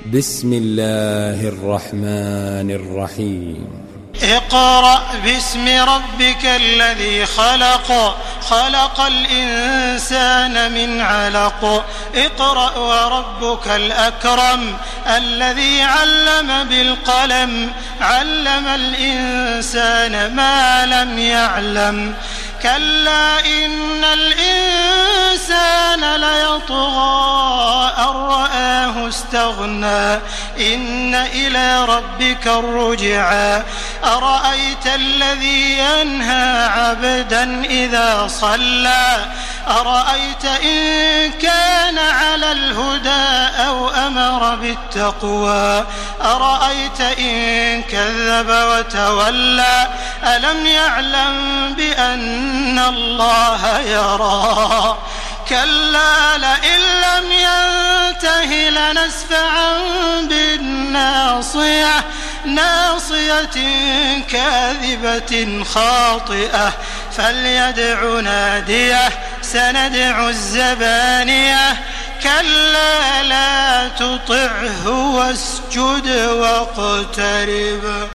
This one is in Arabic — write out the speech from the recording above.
بسم الله الرحمن الرحيم. اقرأ باسم ربك الذي خلق الإنسان من علق اقرأ وربك الأكرم الذي علم بالقلم علم الإنسان ما لم يعلم كلا إن الإنسان ليطغى أن رآه استغنى إن إلى ربك الرجعى أرأيت الذي ينهى عبدا إذا صلى أرأيت إن كان على الهدى أو أمر بالتقوى أرأيت إن كذب وتولى ألم يعلم بأن الله يرى كلا لئن لم ينته لنسفعا بالناصية ناصية كاذبة خاطئة فليدع ناديه سندع الزبانية كلا لا تطعه واسجد واقترب.